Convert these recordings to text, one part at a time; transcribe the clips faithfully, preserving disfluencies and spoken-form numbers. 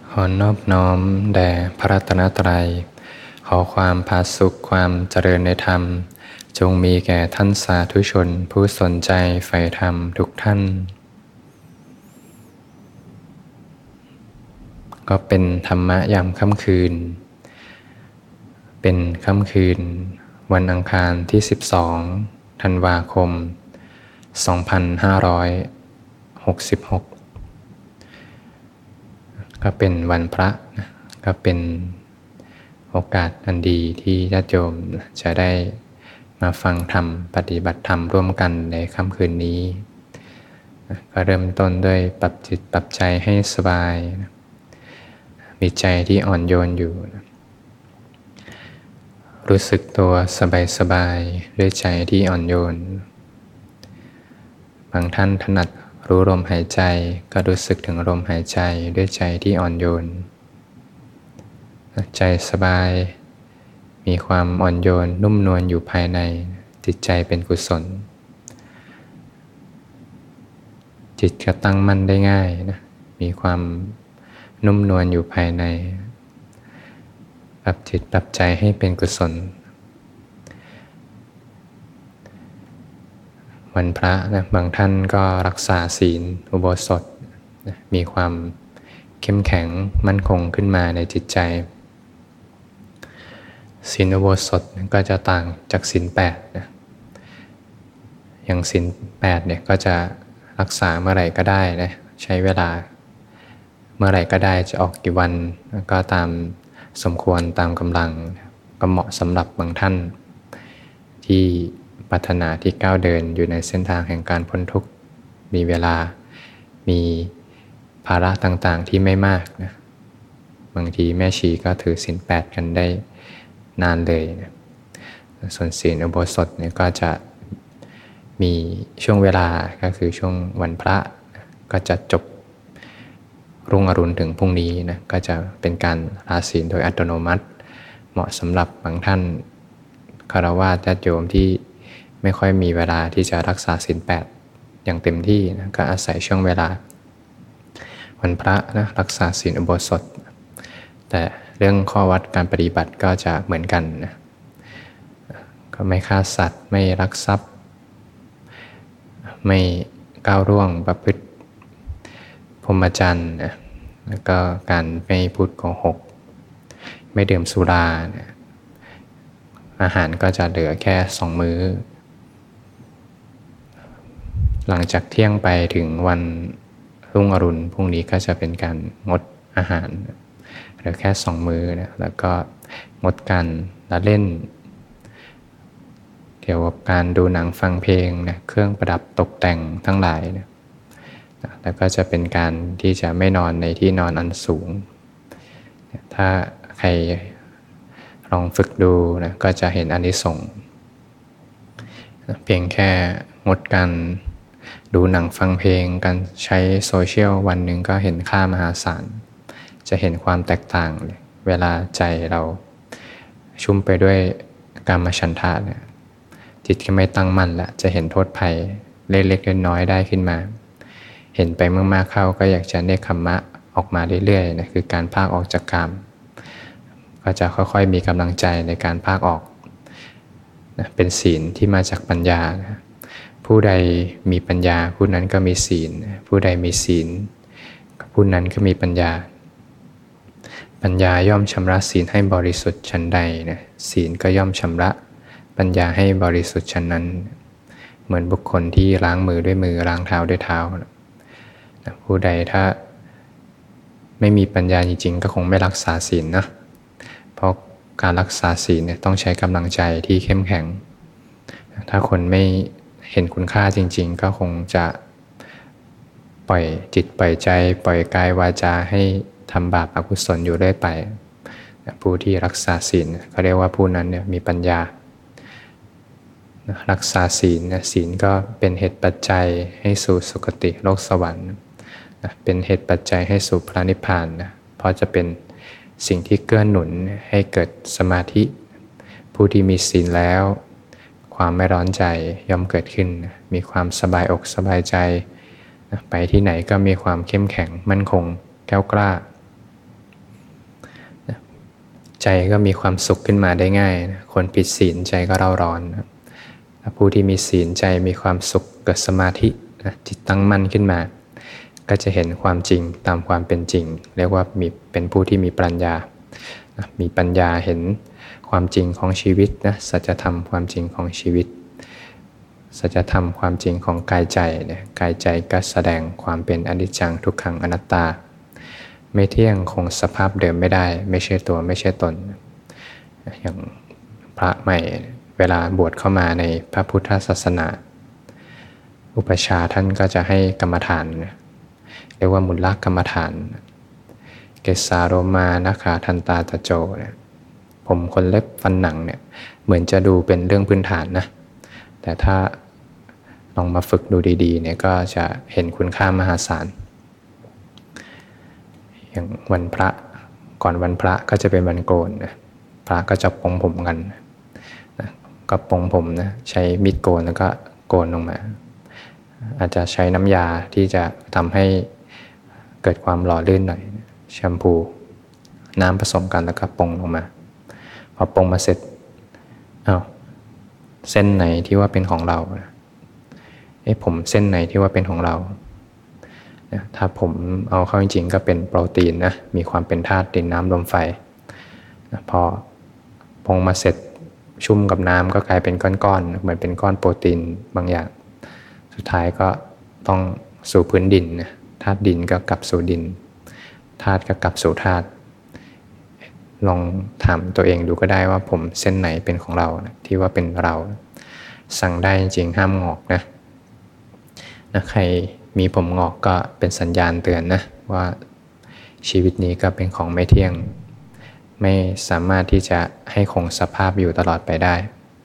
ขอนอบน้อมแด่พระรัตนตรัยขอความผาสุกความเจริญในธรรมจงมีแก่ท่านสาธุชนผู้สนใจใฝ่ธรรมทุกท่านก็เป็นธรรมะยามค่ำคืนเป็นค่ำคืนวันอังคารที่สิบสองธันวาคมสองพันห้าร้อยหกสิบหกก็เป็นวันพระนะก็เป็นโอกาสอันดีที่ญาติโยมจะได้มาฟังธรรมปฏิบัติธรรมร่วมกันในค่ำคืนนี้ก็เริ่มต้นด้วยปรับจิตปรับใจให้สบายมีใจที่อ่อนโยนอยู่รู้สึกตัวสบายๆด้วยใจที่อ่อนโยนบางท่านถนัดรู้ลมหายใจก็รู้สึกถึงลมหายใจด้วยใจที่อ่อนโยนใจสบายมีความอ่อนโยนนุ่มนวลอยู่ภายในจิตใจเป็นกุศลจิตก็ตั้งมั่นได้ง่ายนะมีความนุ่มนวลอยู่ภายในปรับจิตปรับใจให้เป็นกุศลวันพระนะบางท่านก็รักษาศีลอุโบสถนะมีความเข้มแข็งมั่นคงขึ้นมาในจิตใจศีลอุโบสถก็จะต่างจากศีลแปดนะอย่างศีลแปดเนี่ยก็จะรักษาเมื่อไหร่ก็ได้นะใช้เวลาเมื่อไหร่ก็ได้จะออกกี่วันก็ตามสมควรตามกำลังก็เหมาะสำหรับบางท่านที่ปรารถนาที่ก้าวเดินอยู่ในเส้นทางแห่งการพ้นทุกข์มีเวลามีภาระต่างๆที่ไม่มากนะบางทีแม่ชีก็ถือศีลแปดกันได้นานเลยนะส่วนศีลอุโบสถเนี่ยก็จะมีช่วงเวลาก็คือช่วงวันพระก็จะจบรุ่งอรุณถึงพรุ่งนี้นะก็จะเป็นการลาศีลโดยอัตโนมัติเหมาะสำหรับบางท่านฆราวาสญาติโยมที่ไม่ค่อยมีเวลาที่จะรักษาศีลแปดอย่างเต็มที่นะก็อาศัยช่วงเวลาวันพระนะรักษาศีลอุโบสถแต่เรื่องข้อวัดการปฏิบัติก็จะเหมือนกันนะก็ไม่ฆ่าสัตว์ไม่ลักทรัพย์ไม่ก้าวล่วงประพฤติพรหมจรรย์นะแล้วก็การไม่พูดโกหกไม่ดื่มสุรานะอาหารก็จะเหลือแค่สองมื้อหลังจากเที่ยงไปถึงวันรุ่งอรุณพรุ่งนี้ก็จะเป็นการงดอาหารเหลือแค่สองมื้อนะแล้วก็งดการละเล่นเกี่ยวกับการดูหนังฟังเพลงนะเครื่องประดับตกแต่งทั้งหลายนะแล้วก็จะเป็นการที่จะไม่นอนในที่นอนอันสูงถ้าใครลองฝึกดูนะก็จะเห็นอานิสงส์เพียงแค่งดการดูหนังฟังเพลงการใช้โซเชียลวันหนึ่งก็เห็นค่ามหาศาลจะเห็นความแตกต่างเลยเวลาใจเราชุ่มไปด้วยกามฉันทะเนี่ยจิตก็ไม่ตั้งมั่นละจะเห็นโทษภัยเล็กๆน้อยๆได้ขึ้นมาเห็นไปมากๆเข้าก็อยากจะเนกขัมมะออกมาเรื่อยๆนะคือการพากออกจากกามก็จะค่อยๆมีกำลังใจในการพากออกนะเป็นศีลที่มาจากปัญญานะผู้ใดมีปัญญาผู้นั้นก็มีศีลผู้ใดมีศีลผู้นั้นก็มีปัญญาปัญญาย่อมชำระศีลให้บริสุทธิ์ฉันใดนะศีลก็ย่อมชำระปัญญาให้บริสุทธิ์ฉันนั้นเหมือนบุคคลที่ล้างมือด้วยมือล้างเท้าด้วยเท้านะผู้ใดถ้าไม่มีปัญญาจริงๆก็คงไม่รักษาศีลนะเพราะการรักษาศีลเนี่ยต้องใช้กำลังใจที่เข้มแข็งถ้าคนไม่เห็นคุณค่าจริงๆก็คงจะปล่อยจิตปล่อยใจปล่อยกายวาจาให้ทำบาปอกุศลอยู่เรื่อยไปผู้ที่รักษาศีลเขาเรียกว่าผู้นั้นเนี่ยมีปัญญารักษาศีลนะศีลก็เป็นเหตุปัจจัยให้สู่สุคติโลกสวรรค์เป็นเหตุปัจจัยให้สู่พระนิพพานนะเพราะจะเป็นสิ่งที่เกื้อหนุนให้เกิดสมาธิผู้ที่มีศีลแล้วความไม่ร้อนใจย่อมเกิดขึ้นมีความสบายอกสบายใจไปที่ไหนก็มีความเข้มแข็งมั่นคงแกล้วกล้าใจก็มีความสุขขึ้นมาได้ง่ายนะคนผิดศีลใจก็เร่าร้อนนะผู้ที่มีศีลใจมีความสุขเกิดสมาธินะจิตตั้งมั่นขึ้นมาก็จะเห็นความจริงตามความเป็นจริงเรียกว่ามีเป็นผู้ที่มีปัญญานะมีปัญญาเห็นความจริงของชีวิตนะสัจธรรมความจริงของชีวิตสัจธรรมความจริงของกายใจเนี่ยกายใจก็แสดงความเป็นอนิจจังทุกขังอนัตตาไม่เที่ยงคงสภาพเดิมไม่ได้ไม่ใช่ตัวไม่ใช่ตนอย่างพระใหม่เวลาบวชเข้ามาในพระพุทธศาสนาอุปชฌาย์ท่านก็จะให้กรรมฐานเรียกว่ามุลละกรรมฐานเกสาโรมานาขาทันตาตะโจเนี่ยผมขนเล็บฟันหนังเนี่ยเหมือนจะดูเป็นเรื่องพื้นฐานนะแต่ถ้าลองมาฝึกดูดีๆเนี่ยก็จะเห็นคุณค่ามหาศาลอย่างวันพระก่อนวันพระก็จะเป็นวันโกนนะพระก็จะปรงผมกันนะก็ปรงผมนะใช้มีดโกนแล้วก็โกนลงมาอาจจะใช้น้ำยาที่จะทำให้เกิดความหล่อลื่นหน่อยแชมพูน้ำผสมกันแล้วก็ปรงลงมาพอปรงมาเสร็จอ้าวเส้นไหนที่ว่าเป็นของเราเอ๊ะผมเส้นไหนที่ว่าเป็นของเราถ้าผมเอาเข้าจริงๆก็เป็นโปรตีนนะมีความเป็นธาตุดินน้ำลมไฟพอปรงมาเสร็จชุ่มกับน้ำก็กลายเป็นก้อนๆเหมือนเป็นก้อนโปรตีนบางอย่างสุดท้ายก็ต้องสู่พื้นดินนะธาตุดินก็กลับสู่ดินธาตุก็กลับสู่ธาตุลองถามตัวเองดูก็ได้ว่าผมเส้นไหนเป็นของเรานะที่ว่าเป็นเราสั่งได้จริงๆห้ามงอกนะนะใครมีผมงอกก็เป็นสัญญาณเตือนนะว่าชีวิตนี้ก็เป็นของไม่เที่ยงไม่สามารถที่จะให้คงสภาพอยู่ตลอดไปได้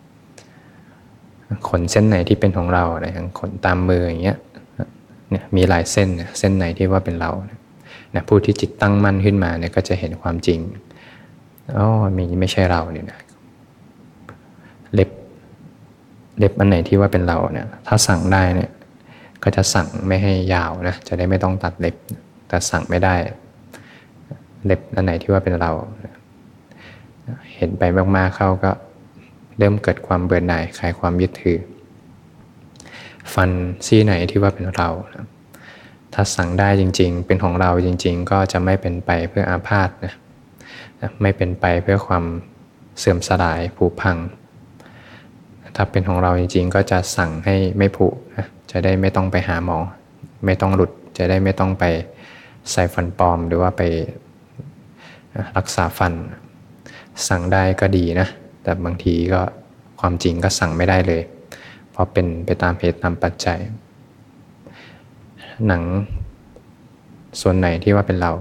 ขนเส้นไหนที่เป็นของเรานะอย่างขนตามมืออย่างเงี้ยเนี่ยมีหลายเส้นนะเส้นไหนที่ว่าเป็นเรานะผู้ที่จิตตั้งมั่นขึ้นมาเนี่ยก็จะเห็นความจริงอ๋อมีไม่ใช่เราเนี่ยนะเล็บเล็บอันไหนที่ว่าเป็นเราเนี่ยถ้าสั่งได้เนี่ยก็จะสั่งไม่ให้ยาวนะจะได้ไม่ต้องตัดเล็บแต่สั่งไม่ได้เล็บอันไหนที่ว่าเป็นเราเห็นไปมากๆเข้าก็เริ่มเกิดความเบื่อหน่ายคลายความยึดถือฟันซี่ไหนที่ว่าเป็นเราถ้าสั่งได้จริงๆเป็นของเราจริงๆก็จะไม่เป็นไปเพื่ออาพาธนะไม่เป็นไปเพื่อความเสื่อมสลายผุพังถ้าเป็นของเราจริงๆก็จะสั่งให้ไม่ผุนะจะได้ไม่ต้องไปหาหมอไม่ต้องหลุดจะได้ไม่ต้องไปใส่ฟันปลอมหรือว่าไปรักษาฟันสั่งได้ก็ดีนะแต่บางทีก็ความจริงก็สั่งไม่ได้เลยเพราะเป็นไปตามเหตุตามปัจจัยหนังส่วนไหนที่ว่าเป็นเรา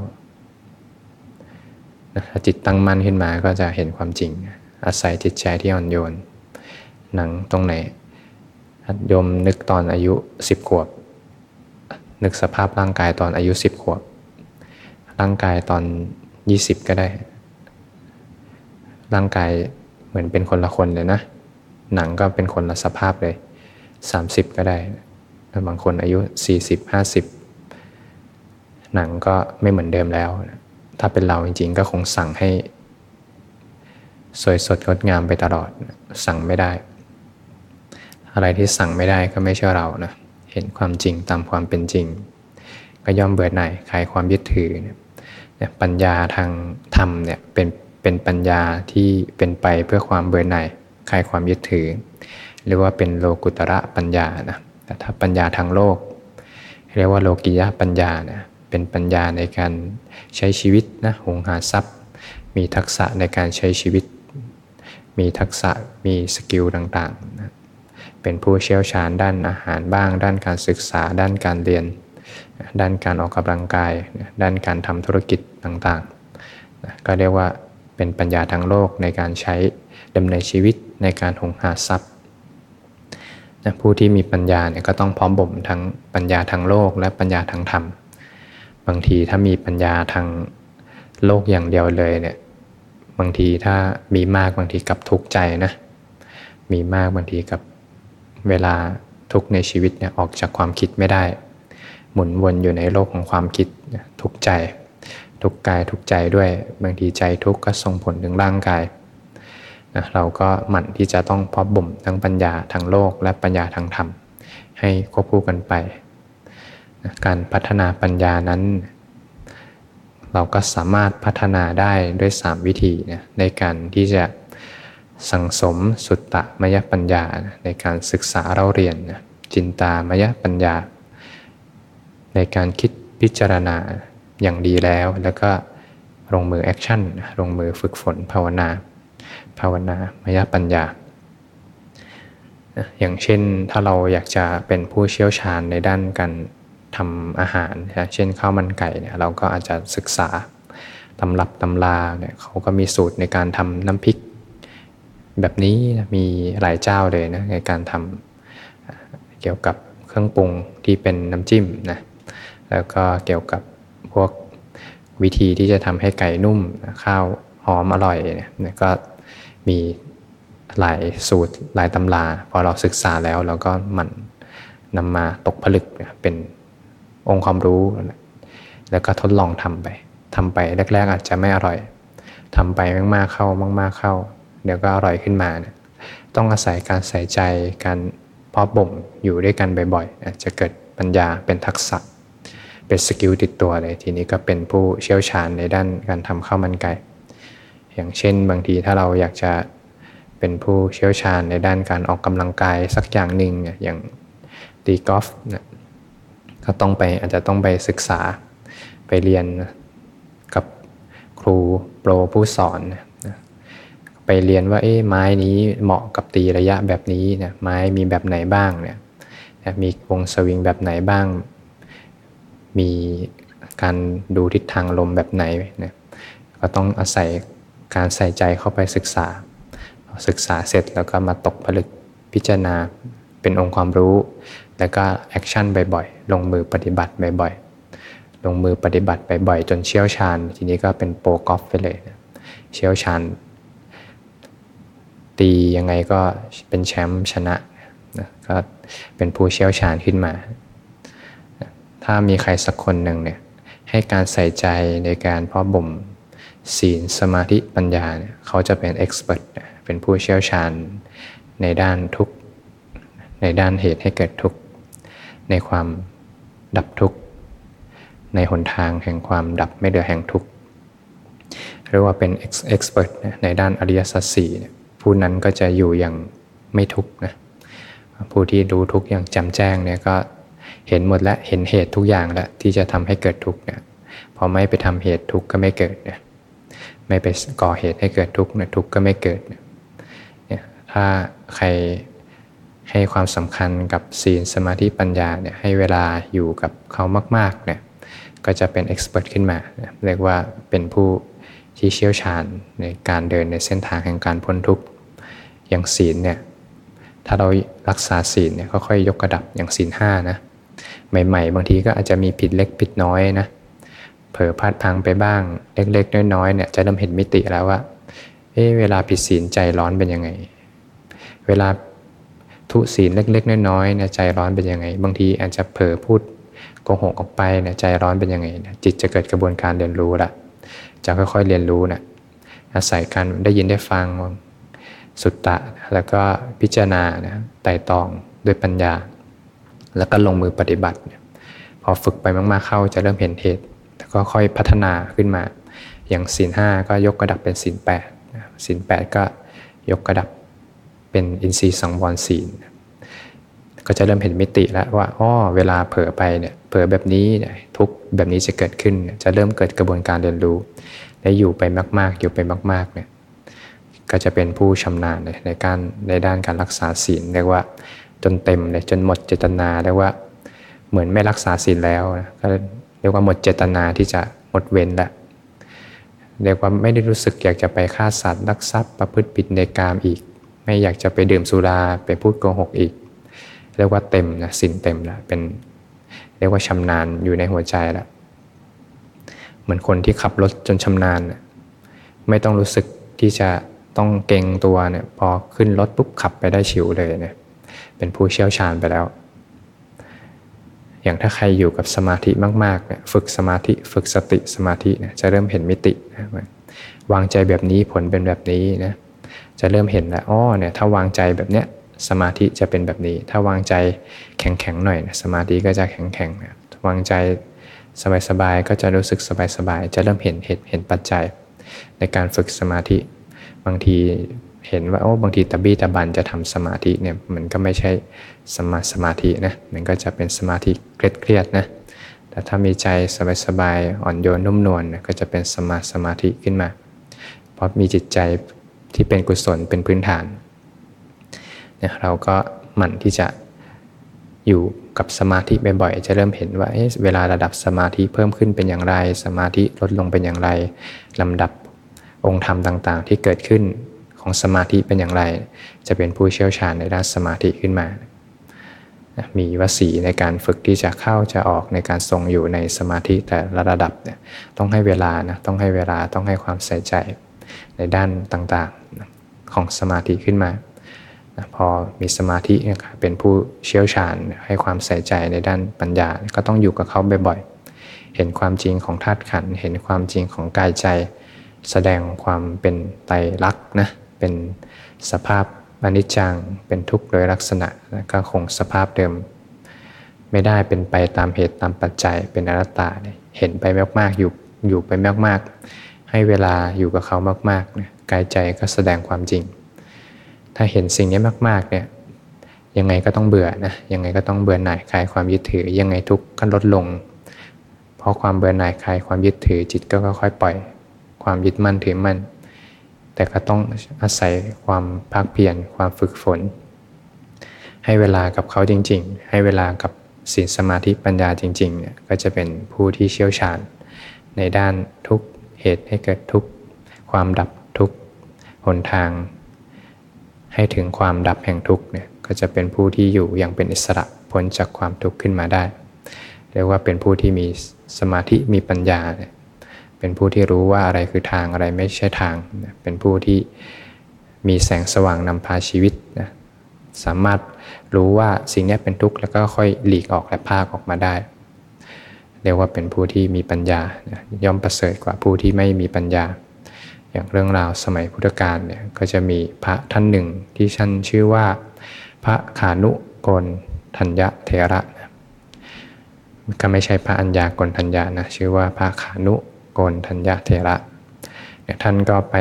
ถ้าจิตตั้งมั่นขึ้นมาก็จะเห็นความจริงอาศัยจิตใจที่อ่อนโยนหนังตรงไหนโยมนึกตอนอายุสิบขวบนึกสภาพร่างกายตอนอายุสิบขวบร่างกายตอนยี่สิบก็ได้ร่างกายเหมือนเป็นคนละคนเลยนะหนังก็เป็นคนละสภาพเลยสามสิบก็ได้บางคนอายุสี่สิบ ห้าสิบหนังก็ไม่เหมือนเดิมแล้วถ้าเป็นเราจริงๆก็คงสั่งให้สวยสดงดงามไปตลอดสั่งไม่ได้อะไรที่สั่งไม่ได้ก็ไม่ใช่เรานะเห็นความจริงตามความเป็นจริงก็ย่อมเบื่อหน่ายคลายความยึดถือเนี่ยปัญญาทางธรรมเนี่ยเป็นเป็นปัญญาที่เป็นไปเพื่อความเบื่อหน่ายคลายความยึดถือเรียกว่าเป็นโลกุตระปัญญานะแต่ถ้าปัญญาทางโลกเรียกว่าโลกิยะปัญญานะเป็นปัญญาในการใช้ชีวิตนะหงหาทรัพย์มีทักษะในการใช้ชีวิตมีทักษะมีสกิลต่างๆนะเป็นผู้เชี่ยวชาญด้านอาหารบ้างด้านการศึกษาด้านการเรียนด้านการออกกำลังกายด้านการทำธุรกิจต่างๆนะก็เรียกว่าเป็นปัญญาทางโลกในการใช้ดำเนินชีวิตในการหงหาทรัพย์นะผู้ที่มีปัญญาเนี่ยก็ต้องพร้อมบ่มทั้งปัญญาทางโลกและปัญญาทางธรรมบางทีถ้ามีปัญญาทางโลกอย่างเดียวเลยเนี่ยบางทีถ้ามีมากบางทีกับทุกข์ใจนะมีมากบางทีกับเวลาทุกข์ในชีวิตเนี่ยออกจากความคิดไม่ได้หมุนวนอยู่ในโลกของความคิดทุกข์ใจทุกข์กายทุกข์ใจด้วยบางทีใจทุกข์ก็ส่งผลถึงร่างกายนะเราก็หมั่นที่จะต้องเพาะบ่มทั้งปัญญาทางโลกและปัญญาทางธรรมให้ควบคู่กันไปนะการพัฒนาปัญญานั้นเราก็สามารถพัฒนาได้ด้วยสามวิธีนะในการที่จะสั่งสมสุตตมยปัญญานะในการศึกษาเราเรียนนะจินตามยปัญญาในการคิดพิจารณาอย่างดีแล้วแล้วก็ลงมือแอคชั่นลงมือฝึกฝนภาวนาภาวนามยปัญญาอย่างเช่นถ้าเราอยากจะเป็นผู้เชี่ยวชาญในด้านการทำอาหารเช่นข้าวมันไก่เนี่ยเราก็อาจจะศึกษาตำรับตำราเนี่ยเขาก็มีสูตรในการทำน้ำพริกแบบนี้มีหลายเจ้าเลยนะในการทำเกี่ยวกับเครื่องปรุงที่เป็นน้ำจิ้มนะแล้วก็เกี่ยวกับพวกวิธีที่จะทำให้ไก่นุ่มข้าวหอมอร่อยเนี่ยก็มีหลายสูตรหลายตำราพอเราศึกษาแล้วเราก็หมั่นนำมาตกผลึกเป็นองค์ความรู้แล้วก็ทดลองทำไปทำไปแรกๆอาจจะไม่อร่อยทำไปมากๆเข้ามากๆเข้าเดี๋ยวก็อร่อยขึ้นมาเนี่ยต้องอาศัยการใส่ใจการเพาะบ่มอยู่ด้วยกันบ่อยๆจะเกิดปัญญาเป็นทักษะเป็นสกิลติดตัวเลยทีนี้ก็เป็นผู้เชี่ยวชาญในด้านการทำข้าวมันไก่อย่างเช่นบางทีถ้าเราอยากจะเป็นผู้เชี่ยวชาญในด้านการออกกำลังกายสักอย่างหนึ่งอย่างตีกอล์ฟนะก็ต้องไปอาจจะต้องไปศึกษาไปเรียนกับครูโปรผู้สอนนะไปเรียนว่าเอ๊ะไม้นี้เหมาะกับตีระยะแบบนี้เนี่ยไม้มีแบบไหนบ้างเนี่ยมีวงสวิงแบบไหนบ้างมีการดูทิศทางลมแบบไหนเนี่ยก็ต้องอาศัยการใส่ใจเข้าไปศึกษาศึกษาเสร็จแล้วก็มาตกผลึกพิจารณาเป็นองค์ความรู้แล้วก็แอคชั่นบ่อยๆลงมือปฏิบัติบ่อยๆลงมือปฏิบัติบ่อยๆจนเชี่ยวชาญทีนี้ก็เป็นโปรกอล์ฟไปเลยนะเชี่ยวชาญตียังไงก็เป็นแชมป์ชนะนะก็เป็นผู้เชี่ยวชาญขึ้นมาถ้ามีใครสักคนหนึ่งเนี่ยให้การใส่ใจในการเพาะบ่มศีลสมาธิปัญญาเนี่ยเขาจะเป็นเอ็กซ์เพิร์ตเป็นผู้เชี่ยวชาญในด้านทุกข์ในด้านเหตุให้เกิดทุกข์ในความดับทุกข์ในหนทางแห่งความดับไม่เหลือแห่งทุกข์เรียกว่าเป็นเอ็กซ์เพิร์ตในด้านอริยสัจสี่ผู้นั้นก็จะอยู่อย่างไม่ทุกข์นะผู้ที่รู้ทุกข์อย่างแจ่มแจ้งเนี่ยก็เห็นหมดแล้วเห็นเหตุทุกอย่างแล้วที่จะทำให้เกิดทุกข์เนี่ยพอไม่ไปทำเหตุทุกข์ก็ไม่เกิดเนี่ยไม่ไปก่อเหตุให้เกิดทุกข์เนี่ยทุกข์ก็ไม่เกิดเนี่ยถ้าใครให้ความสำคัญกับศีลสมาธิปัญญาเนี่ยให้เวลาอยู่กับเขามากๆเนี่ยก็จะเป็นเอ็กซ์เพิร์ตขึ้นมาเรียกว่าเป็นผู้ที่เชี่ยวชาญในการเดินในเส้นทางแห่งการพ้นทุกข์อย่างศีลเนี่ยถ้าเรารักษาศีลเนี่ยค่อยๆยกระดับอย่างศีลห้านะใหม่ๆบางทีก็อาจจะมีผิดเล็กผิดน้อยนะเผลอพลาดพลั้งไปบ้างเล็กๆน้อยๆเนี่ยจะเริ่มเห็นมิติแล้วว่าเอ๊ะเวลาผิดศีลใจร้อนเป็นยังไงเวลาทุศีลเล็กๆน้อยๆเนี่ยใจร้อนเป็นยังไงบางทีอาจจะเผลอพูดโกหกออกไปเนี่ยใจร้อนเป็นยังไงจิตจะเกิดกระบวนการเรียนรู้ละจะค่อยๆเรียนรู้นะอาศัยการได้ยินได้ฟังสุตตะแล้วก็พิจารณานะไต่ตองด้วยปัญญาแล้วก็ลงมือปฏิบัติพอฝึกไปมากๆเข้าจะเริ่มเห็นเหตุแล้วก็ค่อยพัฒนาขึ้นมาอย่างศีลห้าก็ยกระดับเป็นศีลแปดศีลแปดก็ยกระดับเป็นอินทรีย์สังวรศีลก็จะเริ่มเห็นมิติแล้วว่าอ้อเวลาเผลอไปเนี่ยเผลอแบบนี้ทุกแบบนี้จะเกิดขึ้นจะเริ่มเกิดกระบวนการเรียนรู้และอยู่ไปมากๆอยู่ไปมากๆเนี่ยก็จะเป็นผู้ชำนาญเลยในการในด้านการรักษาศีลเรียกว่าจนเต็มเลยจนหมดเจตนาเรียกว่าเหมือนไม่รักษาศีลแล้วนะก็เรียกว่าหมดเจตนาที่จะหมดเวรแล้วเรียกว่าไม่ได้รู้สึกอยากจะไปฆ่าสัตว์ลักทรัพย์ประพฤติผิดในกามอีกไม่อยากจะไปดื่มสุราไปพูดโกหกอีกเรียกว่าเต็มนะศีลเต็มแล้วเป็นเรียกว่าชำนาญอยู่ในหัวใจแล้วเหมือนคนที่ขับรถจนชำนาญไม่ต้องรู้สึกที่จะต้องเกรงตัวเนี่ยพอขึ้นรถปุ๊บขับไปได้ชิวเลยเนี่ยเป็นผู้เชี่ยวชาญไปแล้วอย่างถ้าใครอยู่กับสมาธิมากๆเนี่ยฝึกสมาธิฝึกสติสมาธิเนี่ยจะเริ่มเห็นมิตินะวางใจแบบนี้ผลเป็นแบบนี้นะจะเริ่มเห็นแล้วอ๋อเนี่ยถ้าวางใจแบบเนี้ยสมาธิจะเป็นแบบนี้ถ้าวางใจแข็งๆหน่อยนะสมาธิก็จะแข็งๆนะวางใจสบายๆก็จะรู้สึกสบายๆจะเริ่มเห็นเห็นเห็นปัจจัยในการฝึกสมาธิบางทีเห็นว่าโอ้บางทีตะบี้ตะบันจะทำสมาธิเนี่ยมันก็ไม่ใช่สมาสมาธินะมันก็จะเป็นสมาธิเครียดๆนะแต่ถ้ามีใจสบายๆอ่อนโยนนุ่มนวลนะก็จะเป็นสมาสมาธิขึ้นมาเพราะมีจิตใจที่เป็นกุศลเป็นพื้นฐานเนี่ยเราก็หมั่นที่จะอยู่กับสมาธิบ่อยๆจะเริ่มเห็นว่าเอ๊ะเวลาระดับสมาธิเพิ่มขึ้นเป็นอย่างไรสมาธิลดลงเป็นอย่างไรลำดับองค์ธรรมต่างๆที่เกิดขึ้นของสมาธิเป็นอย่างไรจะเป็นผู้เชี่ยวชาญในด้านสมาธิขึ้นมามีวสีในการฝึกที่จะเข้าจะออกในการทรงอยู่ในสมาธิแต่ละระดับเนี่ยต้องให้เวลานะต้องให้เวลาต้องให้ความใส่ใจในด้านต่างๆของสมาธิขึ้นมาพอมีสมาธิเป็นผู้เชี่ยวชาญให้ความใส่ใจในด้านปัญญาก็ต้องอยู่กับเขาบ่อยๆเห็นความจริงของธาตุขันธ์เห็นความจริงของกายใจแสดงความเป็นไตรลักษณ์นะเป็นสภาพอนิจจังเป็นทุกข์โดยลักษณะแล้วก็คงสภาพเดิมไม่ได้เป็นไปตามเหตุตามปัจจัยเป็นอนัตตาเห็นไปมากๆอยู่อยู่ไปมากๆให้เวลาอยู่กับเขามากๆกายใจก็แสดงความจริงถ้าเห็นสิ่งนี้มากๆเนี่ยยังไงก็ต้องเบื่อนะยังไงก็ต้องเบื่อหน่ายคลายความยึดถือยังไงทุกข์ก็ลดลงเพราะความเบื่อหน่ายคลายความยึดถือจิตก็ค่อยๆปล่อยความยึดมั่นถือมั่นแต่ก็ต้องอาศัยความภาคเพียรความฝึกฝนให้เวลากับเขาจริงๆให้เวลากับศีลสมาธิปัญญาจริงๆเนี่ยก็จะเป็นผู้ที่เชี่ยวชาญในด้านทุกเหตุให้เกิดทุกความดับทุกหนทางให้ถึงความดับแห่งทุกเนี่ยก็จะเป็นผู้ที่อยู่อย่างเป็นอิสระพ้นจากความทุกข์ขึ้นมาได้เรียกว่าเป็นผู้ที่มีสมาธิมีปัญญาเนี่ยเป็นผู้ที่รู้ว่าอะไรคือทางอะไรไม่ใช่ทางเป็นผู้ที่มีแสงสว่างนำพาชีวิตนะสามารถรู้ว่าสิ่งนี้เป็นทุกข์แล้วก็ค่อยหลีกออกและพากออกมาได้เรียกว่าเป็นผู้ที่มีปัญญาย่อมประเสริฐกว่าผู้ที่ไม่มีปัญญาอย่างเรื่องราวสมัยพุทธกาลเนี่ยก็จะมีพระท่านหนึ่งที่ท่านชื่อว่าพระขานุโกณทัญญเถระก็ไม่ใช่พระอัญญาโกณทัญญานะชื่อว่าพระขานุโกณทัญญเถระเนี่ยท่านก็ไป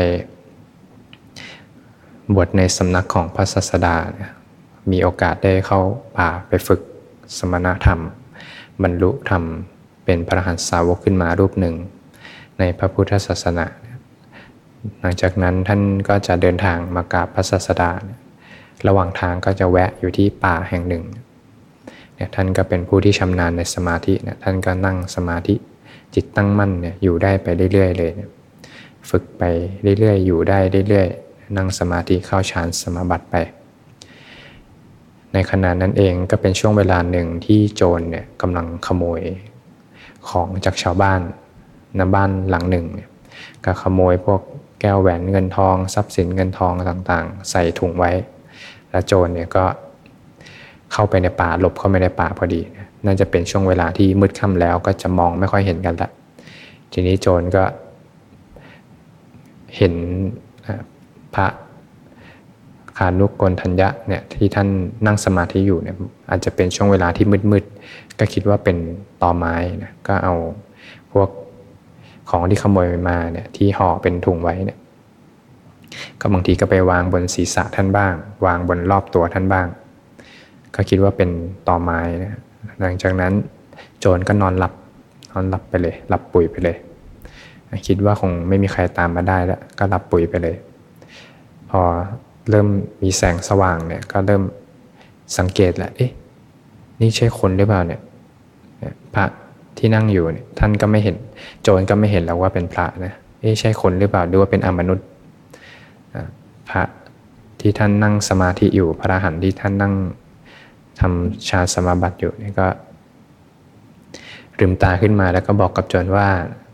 บวชในสำนักของพระศาสดาเนี่ยมีโอกาสได้เข้าป่าไปฝึกสมณธรรมบรรลุธรรมเป็นพระอรหันตสาวกขึ้นมารูปหนึ่งในพระพุทธศาสนาหลังจากนั้นท่านก็จะเดินทางมากราบพระศาสดาระหว่างทางก็จะแวะอยู่ที่ป่าแห่งหนึ่งเนี่ยท่านก็เป็นผู้ที่ชำนาญในสมาธิเนี่ยท่านก็นั่งสมาธิจิตตั้งมั่นเนี่ยอยู่ได้ไปเรื่อยๆเลยฝึกไปเรื่อยๆอยู่ได้เรื่อยๆนั่งสมาธิเข้าฌานสมาบัติไปในขณะนั้นเองก็เป็นช่วงเวลาหนึ่งที่โจรเนี่ยกำลังขโมยของจากชาวบ้านณบ้านหลังหนึ่งก็ขโมยพวกแก้วแหวนเงินทองทรัพย์สินเงินทองต่างๆใส่ถุงไว้แล้วโจรเนี่ยก็เข้าไปในป่าหลบเข้าไปในป่าพอดีน่าจะเป็นช่วงเวลาที่มืดค่ำแล้วก็จะมองไม่ค่อยเห็นกันละทีนี้โจรก็เห็นพระขานุโกณทัญญะเนี่ยที่ท่านนั่งสมาธิอยู่เนี่ยอาจจะเป็นช่วงเวลาที่มืดๆก็คิดว่าเป็นตอไม้นะก็เอาพวกของที่ขโมยมาเนี่ยที่ห่อเป็นถุงไว้เนี่ยก็บางทีก็ไปวางบนศีรษะท่านบ้างวางบนรอบตัวท่านบ้างก็คิดว่าเป็นตอไม้นะหลังจากนั้นโจรก็นอนหลับนอนหลับไปเลยหลับปุ๋ยไปเลยคิดว่าคงไม่มีใครตามมาได้แล้วก็หลับปุ๋ยไปเลยพอเริ่มมีแสงสว่างเนี่ยก็เริ่มสังเกตแหละเอ๊ะนี่ใช่คนหรือเปล่าเนี่ยพระที่นั่งอยู่เนี่ยท่านก็ไม่เห็นโจรก็ไม่เห็นแล้วว่าเป็นพระนะเอ๊ะใช่คนหรือเปล่าหรือว่าเป็นอมนุษย์พระที่ท่านนั่งสมาธิอยู่พระอรหันต์ที่ท่านนั่งทำฌานสมาบัติอยู่นี่ก็ลืมตาขึ้นมาแล้วก็บอกกับโจรว่า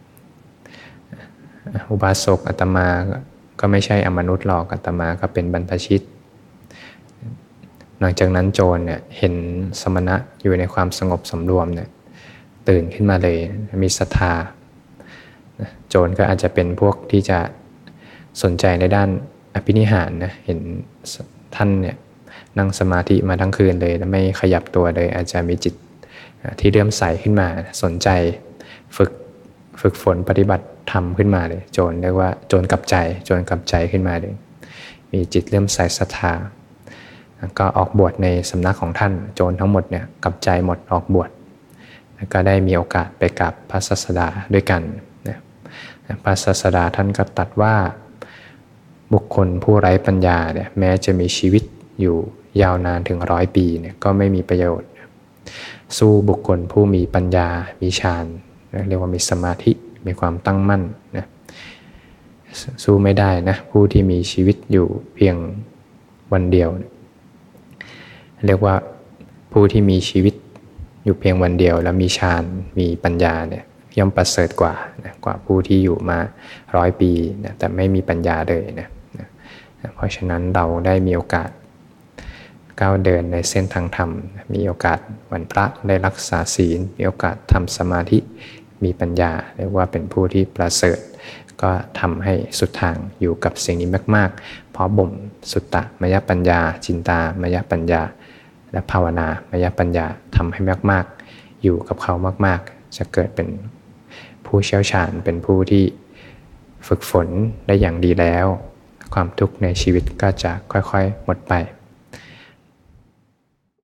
อุบาสกอาตมาก็ไม่ใช่อมนุษย์หรอกอาตมาก็เป็นบรรพชิตหลังจากนั้นโจรเนี่ยเห็นสมณะอยู่ในความสงบสำรวมเนี่ยตื่นขึ้นมาเลยมีศรัทธาโจรก็อาจจะเป็นพวกที่จะสนใจในด้านอภินิหารนะเห็นท่านเนี่ยนั่งสมาธิมาทั้งคืนเลยแล้วไม่ขยับตัวเลยอาจจะมีจิตที่เลื่อมใสขึ้นมาสนใจฝึกฝึกฝนปฏิบัติธรรมขึ้นมาเลยโจรเรียกว่าโจรกลับใจโจรกลับใจขึ้นมาเลยมีจิตเลื่อมใสศรัทธาก็ออกบวชในสำนักของท่านโจรทั้งหมดเนี่ยกลับใจหมดออกบวชแล้วก็ได้มีโอกาสไปกับพระศาสดาด้วยกันนะพระศาสดาท่านก็ตรัสว่าบุคคลผู้ไร้ปัญญาเนี่ยแม้จะมีชีวิตอยู่ยาวนานถึงร้อยปีเนี่ยก็ไม่มีประโยชน์สู้บุคคลผู้มีปัญญามีฌานเรียกว่ามีสมาธิมีความตั้งมั่นนะสู้ไม่ได้นะผู้ที่มีชีวิตอยู่เพียงวันเดียวเรียกว่าผู้ที่มีชีวิตอยู่เพียงวันเดียวแล้วมีฌานมีปัญญาเนี่ยย่อมประเสริฐกว่านะกว่าผู้ที่อยู่มาร้อยปีนะแต่ไม่มีปัญญาเลยนะนะเพราะฉะนั้นเราได้มีโอกาสก้าวเดินในเส้นทางธรรมมีโอกาสวันพระได้รักษาศีลมีโอกาสทำสมาธิมีปัญญาเรียกว่าเป็นผู้ที่ประเสริฐก็ทำให้สุดทางอยู่กับสิ่งนี้มากๆเพราะบ่มสุตตะมยปัญญาจินตามยปัญญาและภาวนามยปัญญาทำให้มากๆอยู่กับเขามากๆจะเกิดเป็นผู้เชี่ยวชาญเป็นผู้ที่ฝึกฝนได้อย่างดีแล้วความทุกข์ในชีวิตก็จะค่อยๆหมดไป